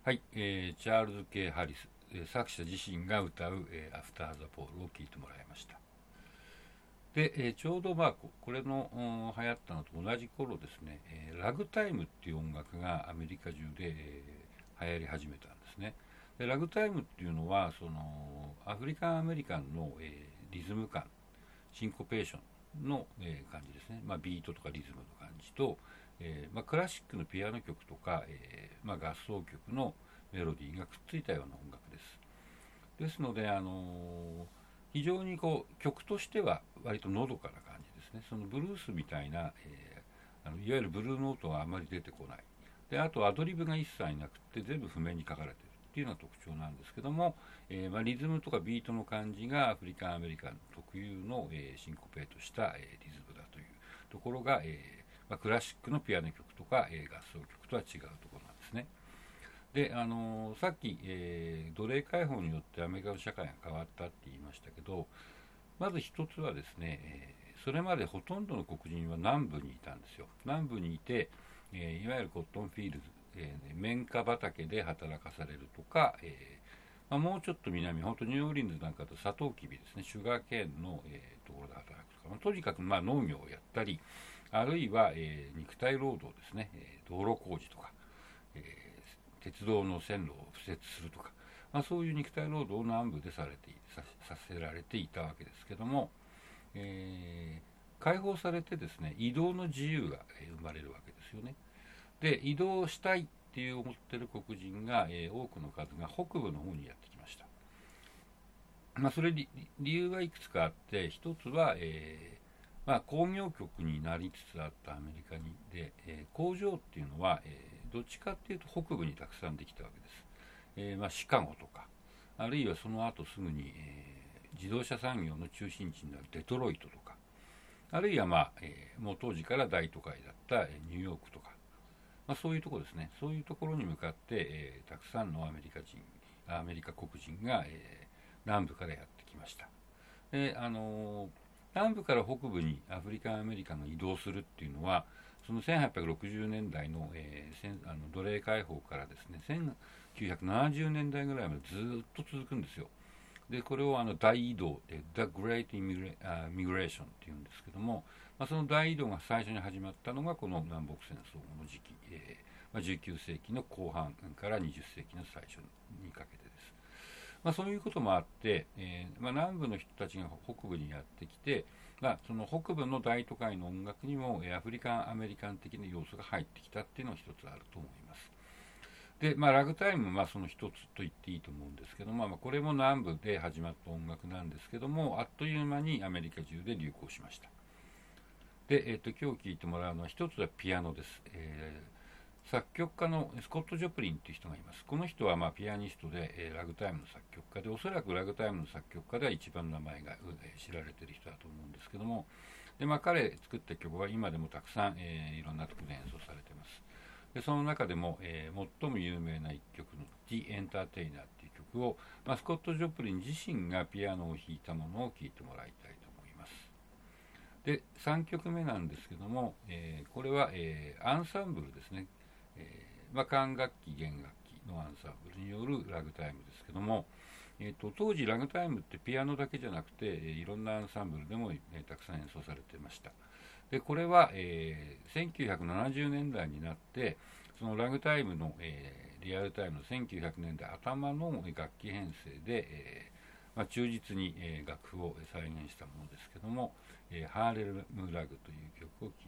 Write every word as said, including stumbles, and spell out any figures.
はい、えーチャールズ・ケー・ハリス、えー作者自身が歌う、えーアフター・ザ・ポールを聴いてもらいました。で、えーちょうどまあここれのうん流行ったのと同じ頃ですね、えーラグタイムっていう音楽がアメリカ中で、えー流行り始めたんですね。でラグタイムっていうのはそのアフリカンアメリカンの、えーリズム感、シンコペーションの、えー感じですね、まあ、ビートとかリズムの感じと、えーまあ、クラシックのピアノ曲とか、えーまあ、合奏曲のメロディーがくっついたような音楽です。ですので、あのー非常にこう曲としては割とのどかな感じですね。そのブルースみたいな、えーあのいわゆるブルーノートがあまり出てこない。であとアドリブが一切なくて全部譜面に書かれているっていうような特徴なんですけども、えーまあ、リズムとかビートの感じがアフリカンアメリカン特有の、えーシンコペイトした、えーリズムだというところが、えーまあ、クラシックのピアノ曲とか、えー合奏曲とは違うところなんですね。で、あのーさっき、えー奴隷解放によってアメリカの社会が変わったって言いましたけど、まず一つはですね、えーそれまでほとんどの黒人は南部にいたんですよ。南部にいて、えーいわゆるコットンフィールズ、えー綿花畑で働かされるとか、えーまあ、もうちょっと南、本当ニューオーリンズなんかとサトウキビですね、シュガーケーンの、えーところで働くとか、まあ、とにかくまあ農業をやったり、あるいは、えー肉体労働ですね、えー道路工事とか、えー鉄道の線路を敷設するとか、まあ、そういう肉体労働を南部でされてささせられていたわけですけども、えー解放されてですね、移動の自由が生まれるわけですよね。で、移動したいっていう思ってる黒人が、えー多くの数が北部の方にやってきました。まあ、それに理由はいくつかあって、一つは、えーまあ、工業局になりつつあったアメリカにで、えー工場っていうのは、えーどっちかっていうと北部にたくさんできたわけです。えーまあ、シカゴとか、あるいはその後すぐに、えー自動車産業の中心地になるデトロイトとか、あるいは、まあえーもう当時から大都会だったニューヨークとか、まあ、そういうところですね。そういうところに向かって、えーたくさんのアメリカ人、アメリカ黒人が、えー南部からやってきました。で、あのー南部から北部にアフリカンアメリカンが移動するっていうのは、そのせんはっぴゃくろくじゅうねんだいの,、えー、あの奴隷解放からですね、せんきゅうひゃくななじゅうねんだいぐらいまでずっと続くんですよ。で、これをあの大移動、The Great Immigration っていうんですけども、まあ、その大移動が最初に始まったのがこの南北戦争の時期、えーまあ、じゅうきゅうせいきの後半からにじゅっせいきの最初にかけてです。まあ、そういうこともあって、えーまあ、南部の人たちが北部にやってきて、まあ、その北部の大都会の音楽にもアフリカン・アメリカン的な要素が入ってきたっていうのが一つあると思います。で、まあ、ラグタイムもまあその一つと言っていいと思うんですけども、まあ、これも南部で始まった音楽なんですけども、あっという間にアメリカ中で流行しました。で、えー、と今日聴いてもらうのは一つはピアノです。えー作曲家のスコット・ジョプリンという人がいます。この人はまあピアニストで、えーラグタイムの作曲家で、おそらくラグタイムの作曲家では一番名前が、えー知られている人だと思うんですけども、で、まあ、彼作った曲は今でもたくさん、えーいろんなところで演奏されています。でその中でも、えー最も有名な一曲の「The Entertainer」っていう曲を、まあ、スコット・ジョプリン自身がピアノを弾いたものを聴いてもらいたいと思います。でさんきょくめなんですけども、えーこれは、えーアンサンブルですね。えーまあ、管楽器弦楽器のアンサンブルによるラグタイムですけども、えー、と当時ラグタイムってピアノだけじゃなくて、えーいろんなアンサンブルでも、えーたくさん演奏されていました。でこれは、えーせんきゅうひゃくななじゅうねんだいになってそのラグタイムの、えーリアルタイムのせんきゅうひゃくねんだい頭の楽器編成で、えーまあ、忠実に、えー楽譜を再現したものですけども、えーハーレムラグという曲を聴いて